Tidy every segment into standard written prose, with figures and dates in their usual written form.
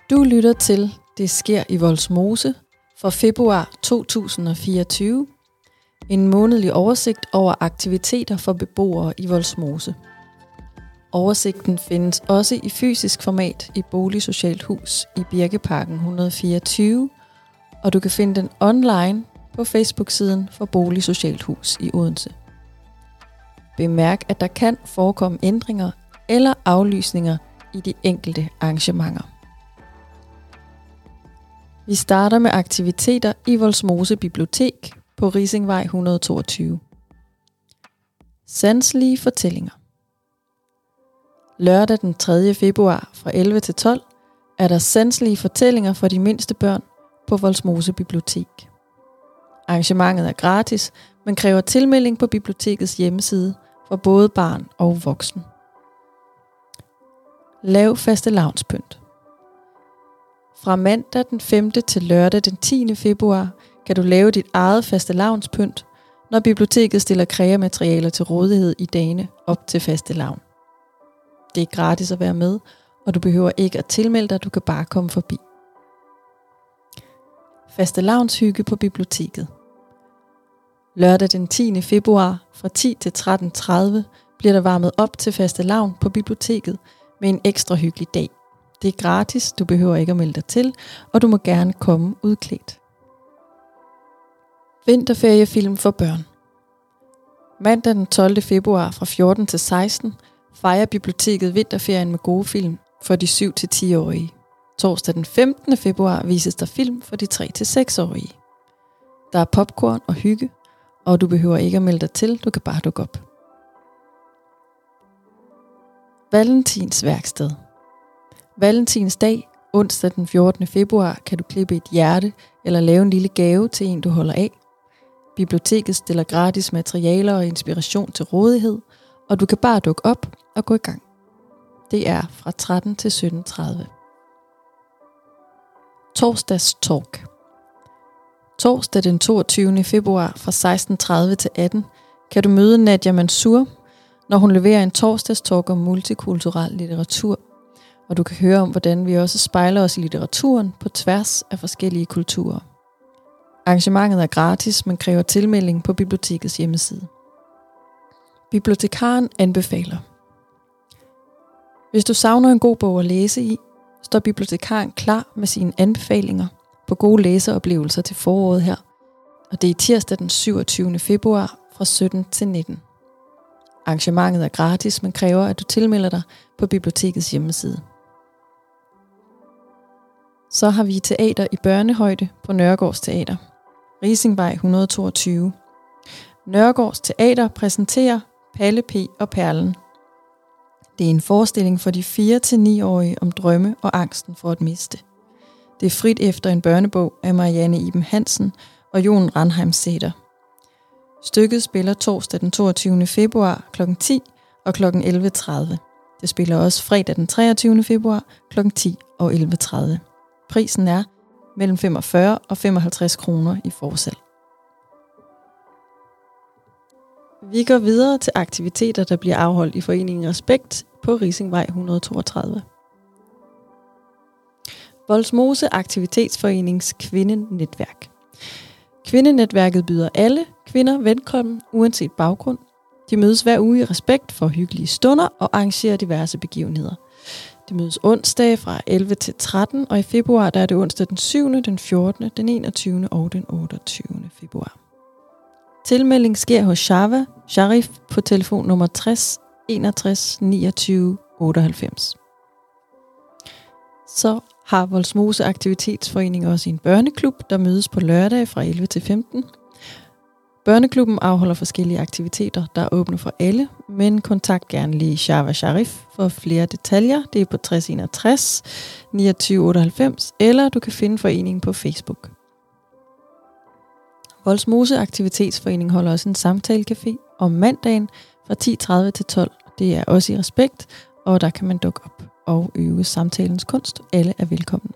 Du lytter til Det sker i Vollsmose for februar 2024. En månedlig oversigt over aktiviteter for beboere i Vollsmose. Oversigten findes også i fysisk format i Boligsocialt Hus i Birkeparken 124, og du kan finde den online på Facebook-siden for Boligsocialt Hus i Odense. Bemærk, at der kan forekomme ændringer eller aflysninger i de enkelte arrangementer. Vi starter med aktiviteter i Vollsmose Bibliotek på Risingvej 122. Sanselige fortællinger. Lørdag den 3. februar fra 11 til 12 er der sanselige fortællinger for de mindste børn på Vollsmose Bibliotek. Arrangementet er gratis, men kræver tilmelding på bibliotekets hjemmeside for både barn og voksen. Lav fastelavnspynt. Fra mandag den 5. til lørdag den 10. februar kan du lave dit eget fastelavnspynt, når biblioteket stiller kreamaterialer til rådighed i dagene op til fastelavn. Det er gratis at være med, og du behøver ikke at tilmelde dig, du kan bare komme forbi. Fastelavnshygge på biblioteket. Lørdag den 10. februar fra 10 til 13.30 bliver der varmet op til fastelavn på biblioteket med en ekstra hyggelig dag. Det er gratis, du behøver ikke at melde dig til, og du må gerne komme udklædt. Vinterferiefilm for børn. Mandag den 12. februar fra 14 til 16 fejrer biblioteket vinterferien med gode film for de 7-10-årige. Torsdag den 15. februar vises der film for de 3-6-årige. Der er popcorn og hygge, og du behøver ikke at melde dig til, du kan bare dukke op. Valentins værksted. Valentinsdag, onsdag den 14. februar, kan du klippe et hjerte eller lave en lille gave til en, du holder af. Biblioteket stiller gratis materialer og inspiration til rådighed, og du kan bare dukke op og gå i gang. Det er fra 13 til 17.30. Torsdags talk. Torsdag den 22. februar fra 16.30 til 18 kan du møde Nadia Mansour, når hun leverer en torsdagstalk om multikulturel litteratur, og du kan høre om, hvordan vi også spejler os i litteraturen på tværs af forskellige kulturer. Arrangementet er gratis, men kræver tilmelding på bibliotekets hjemmeside. Bibliotekaren anbefaler. Hvis du savner en god bog at læse i, står bibliotekaren klar med sine anbefalinger på gode læseoplevelser til foråret her, og det er tirsdag den 27. februar fra 17 til 19. Arrangementet er gratis, men kræver, at du tilmelder dig på bibliotekets hjemmeside. Så har vi teater i børnehøjde på Nørregårds Teater. Risingvej 122. Nørregårds Teater præsenterer Palle P. og Perlen. Det er en forestilling for de 4-9-årige om drømme og angsten for at miste. Det er frit efter en børnebog af Marianne Iben Hansen og Jon Randheim Sæther. Stykket spiller torsdag den 22. februar kl. 10 og kl. 11.30. Det spiller også fredag den 23. februar kl. 10 og 11.30. Prisen er mellem 45 og 55 kroner i forsalg. Vi går videre til aktiviteter, der bliver afholdt i foreningen Respekt på Risingvej 132. Vollsmose Aktivitetsforenings Kvindenetværk. Kvindenetværket byder alle kvinder velkommen, uanset baggrund. De mødes hver uge i Respekt for hyggelige stunder og arrangerer diverse begivenheder. De mødes onsdag fra 11 til 13, og i februar der er det onsdag den 7., den 14., den 21. og den 28. februar. Tilmelding sker hos Shava Sharif på telefon nummer 60 61 29 98. Så har Vollsmose Aktivitetsforening også en børneklub, der mødes på lørdag fra 11 til 15. Børneklubben afholder forskellige aktiviteter, der er åbne for alle, men kontakt gerne lige Shava Sharif for flere detaljer. Det er på 60 61 29 98, eller du kan finde foreningen på Facebook. Vollsmose Aktivitetsforening holder også en samtalecafé om mandagen fra 10.30 til 12. Det er også i Respekt, og der kan man dukke op og øve samtalens kunst. Alle er velkommen.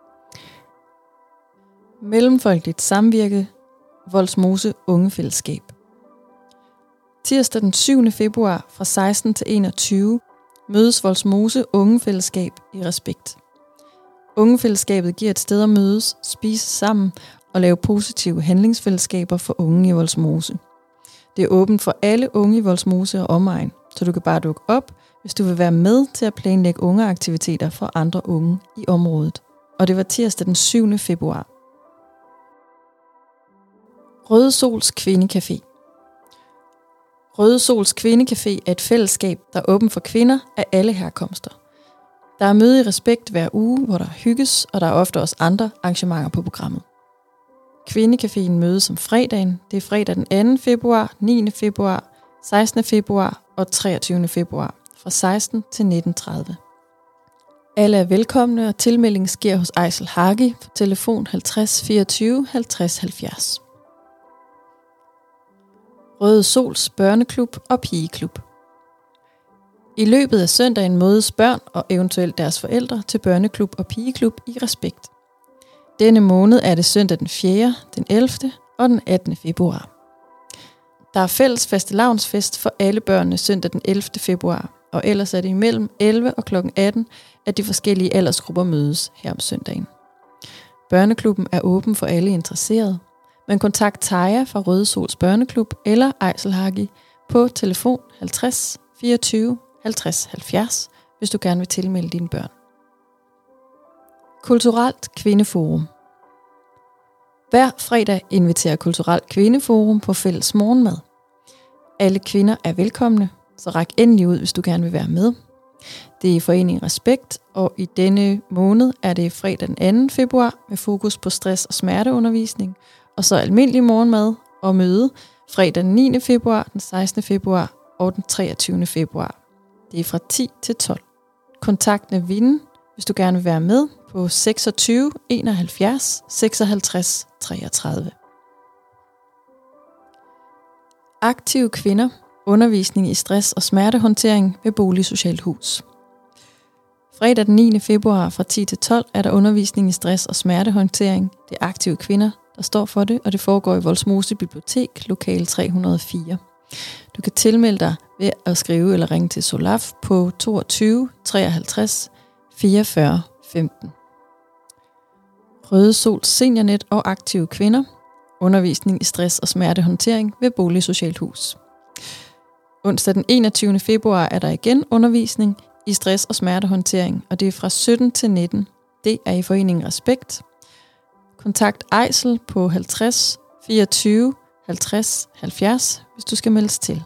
Mellemfolkeligt samvirke, Vollsmose Ungefællesskab. Tirsdag den 7. februar fra 16 til 21 mødes Vollsmose Ungefællesskab i Respekt. Ungefællesskabet giver et sted at mødes, spise sammen og lave positive handlingsfællesskaber for unge i Vollsmose. Det er åbent for alle unge i Vollsmose og omegn, så du kan bare dukke op, hvis du vil være med til at planlægge ungeaktiviteter for andre unge i området. Og det var tirsdag den 7. februar. Røde Sols Kvindecafé. Røde Sols Kvindecafé er et fællesskab, der er åbent for kvinder af alle herkomster. Der er møde i Respekt hver uge, hvor der hygges, og der er ofte også andre arrangementer på programmet. Kvindecaféen mødes om fredagen. Det er fredag den 2. februar, 9. februar, 16. februar og 23. februar fra 16 til 19.30. Alle er velkomne, og tilmeldingen sker hos Ejsel Hagi på telefon 50 24 50 70. Røde Sols Børneklub og Pigeklub. I løbet af søndagen mødes børn og eventuelt deres forældre til børneklub og pigeklub i Respekt. Denne måned er det søndag den 4., den 11. og den 18. februar. Der er fælles fastelavnsfest for alle børnene søndag den 11. februar, og ellers er det imellem 11 og kl. 18, at de forskellige aldersgrupper mødes her om søndagen. Børneklubben er åben for alle interesserede, men kontakt Taja fra Røde Sols Børneklub eller Ejsel Hagi på telefon 50 24 50 70, hvis du gerne vil tilmelde dine børn. Kulturelt Kvindeforum. Hver fredag inviterer Kulturelt Kvindeforum på fælles morgenmad. Alle kvinder er velkomne, så ræk endelig ud, hvis du gerne vil være med. Det er i Foreningen Respekt, og i denne måned er det fredag den 2. februar med fokus på stress- og smerteundervisning, og så almindelig morgenmad og møde fredag den 9. februar, den 16. februar og den 23. februar. Det er fra 10 til 12. Kontakt Navine, hvis du gerne vil være med, på 26 71 56 33. Aktive kvinder. Undervisning i stress- og smertehåndtering ved Boligsocialt Hus. Fredag den 9. februar fra 10 til 12 er der undervisning i stress- og smertehåndtering. Det er aktive kvinder, der står for det, og det foregår i Vollsmose Bibliotek, lokale 304. Du kan tilmelde dig ved at skrive eller ringe til Solaf på 22 53 44 15. Røde Sols Seniornet og aktive kvinder. Undervisning i stress- og smertehåndtering ved Boligsocialt Hus. Onsdag den 21. februar er der igen undervisning i stress- og smertehåndtering, og det er fra 17 til 19. Det er i Foreningen Respekt. Kontakt Ejsel på 50 24 50 70, hvis du skal meldes til.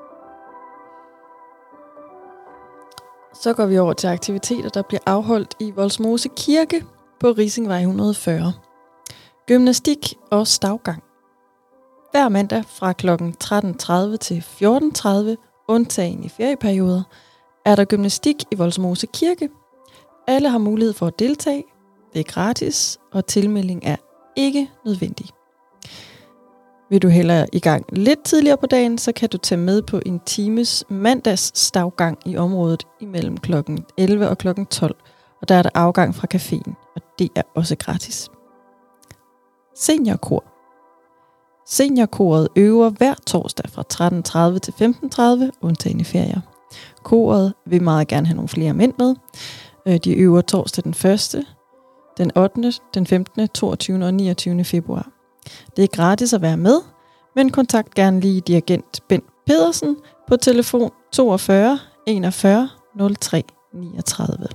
Så går vi over til aktiviteter, der bliver afholdt i Vollsmose Kirke på Risingvej 140. Gymnastik og stavgang. Hver mandag fra kl. 13.30 til 14.30, undtagen i ferieperioder, er der gymnastik i Vollsmose Kirke. Alle har mulighed for at deltage. Det er gratis, og tilmelding er ikke nødvendig. Vil du hellere i gang lidt tidligere på dagen, så kan du tage med på en times mandags stavgang i området imellem kl. 11 og kl. 12, og der er der afgang fra caféen, og det er også gratis. Seniorkor. Seniorkoret øver hver torsdag fra 13.30 til 15.30, undtagen i ferier. Koret vil meget gerne have nogle flere mænd med. De øver torsdag den 1., den 8., den 15., 22. og 29. februar. Det er gratis at være med, men kontakt gerne lige dirigent Bent Pedersen på telefon 42 41 03 39.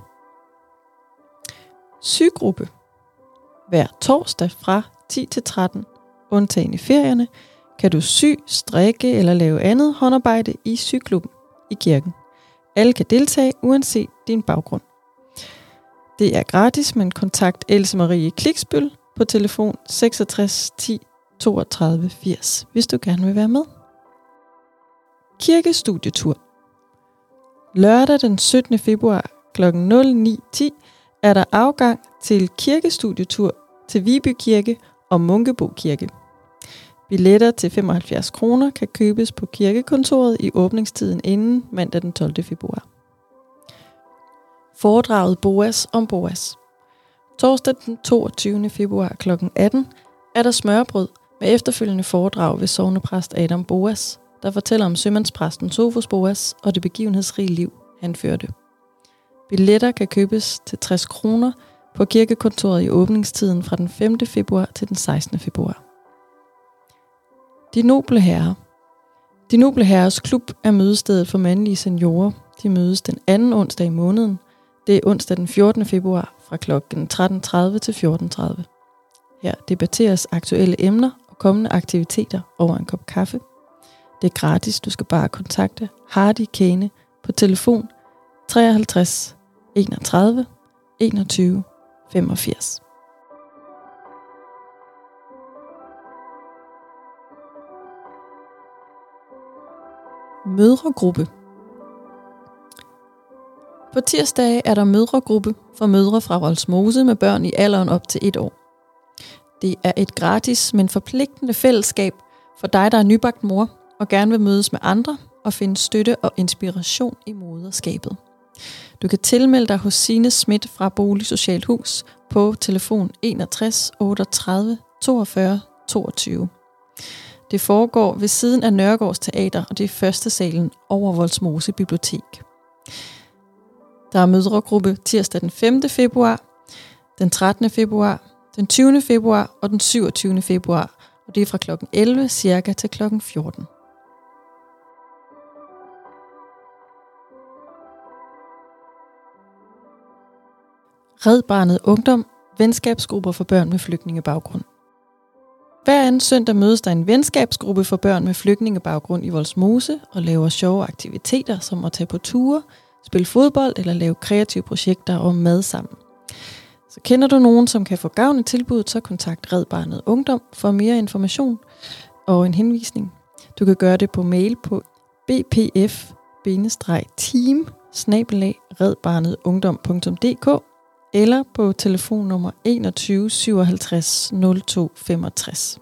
Sygegruppe. Hver torsdag fra 10 til 13, undtagen i ferierne, kan du sy, strikke eller lave andet håndarbejde i syklubben i kirken. Alle kan deltage uanset din baggrund. Det er gratis, men kontakt Else Marie Kliksbøl på telefon 66 10 32 80, hvis du gerne vil være med. Kirkestudietur. Lørdag den 17. februar kl. 09.10 er der afgang til kirkestudietur til Viby Kirke og Munkebo Kirke. Billetter til 75 kroner kan købes på kirkekontoret i åbningstiden inden mandag den 12. februar. Foredraget Boas om Boas. Torsdag den 22. februar kl. 18 er der smørbrød med efterfølgende foredrag ved sognepræst Adam Boas, der fortæller om sømandspræsten Sofus Boas og det begivenhedsrige liv, han førte. Billetter kan købes til 60 kroner på kirkekontoret i åbningstiden fra den 5. februar til den 16. februar. De Noble Herrer. De Noble Herrers Klub er mødestedet for mandlige seniorer. De mødes den anden onsdag i måneden. Det er onsdag den 14. februar fra kl. 13.30 til 14.30. Her debatteres aktuelle emner og kommende aktiviteter over en kop kaffe. Det er gratis, du skal bare kontakte Hardy Kane på telefon 53 31 21 85. Mødregruppe. På tirsdage er der mødregruppe for mødre fra Vollsmose med børn i alderen op til 1 år. Det er et gratis, men forpligtende fællesskab for dig, der er nybagt mor og gerne vil mødes med andre og finde støtte og inspiration i moderskabet. Du kan tilmelde dig hos Signe Schmidt fra Bolig Socialt Hus på telefon 61 38 42 22. Det foregår ved siden af Nørregårds Teater, og det er første salen over Vollsmose Bibliotek. Der er mødregruppe tirsdag den 5. februar, den 13. februar, den 20. februar og den 27. februar, og det er fra kl. 11 cirka til kl. 14. Red Barnet Ungdom, venskabsgrupper for børn med flygtningebaggrund. Hver anden søndag mødes der en venskabsgruppe for børn med flygtningebaggrund i Vollsmose og laver sjove aktiviteter som at tage på ture, spille fodbold eller lave kreative projekter og mad sammen. Så kender du nogen, som kan få gavn i tilbuddet, så kontakt Red Barnet Ungdom for mere information og en henvisning. Du kan gøre det på mail på bpf-team@redbarnetungdom.dk eller på telefonnummer 21 57 02 65.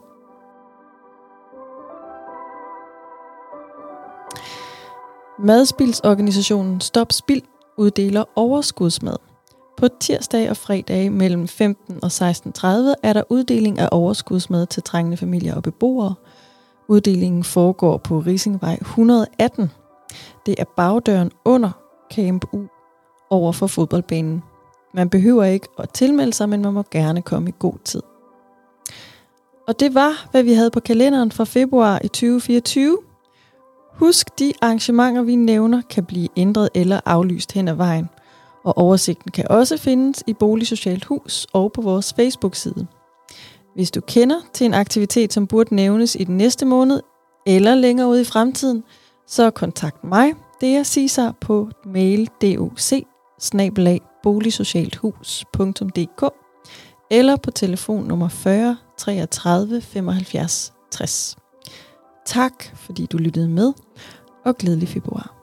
Madspildsorganisationen Stop Spild uddeler overskudsmad. På tirsdag og fredag mellem 15 og 16.30 er der uddeling af overskudsmad til trængende familier og beboere. Uddelingen foregår på Risingvej 118. Det er bagdøren under Camp U over for fodboldbanen. Man behøver ikke at tilmelde sig, men man må gerne komme i god tid. Og det var, hvad vi havde på kalenderen for februar i 2024. Husk, de arrangementer, vi nævner, kan blive ændret eller aflyst hen ad vejen. Og oversigten kan også findes i Bolig Socialt Hus og på vores Facebook-side. Hvis du kender til en aktivitet, som burde nævnes i den næste måned eller længere ude i fremtiden, så kontakt mig, det er Cesar, på mail doc@boligsocialthus.dk eller på telefon nummer 40 33 75 60. Tak fordi du lyttede med, og glædelig februar.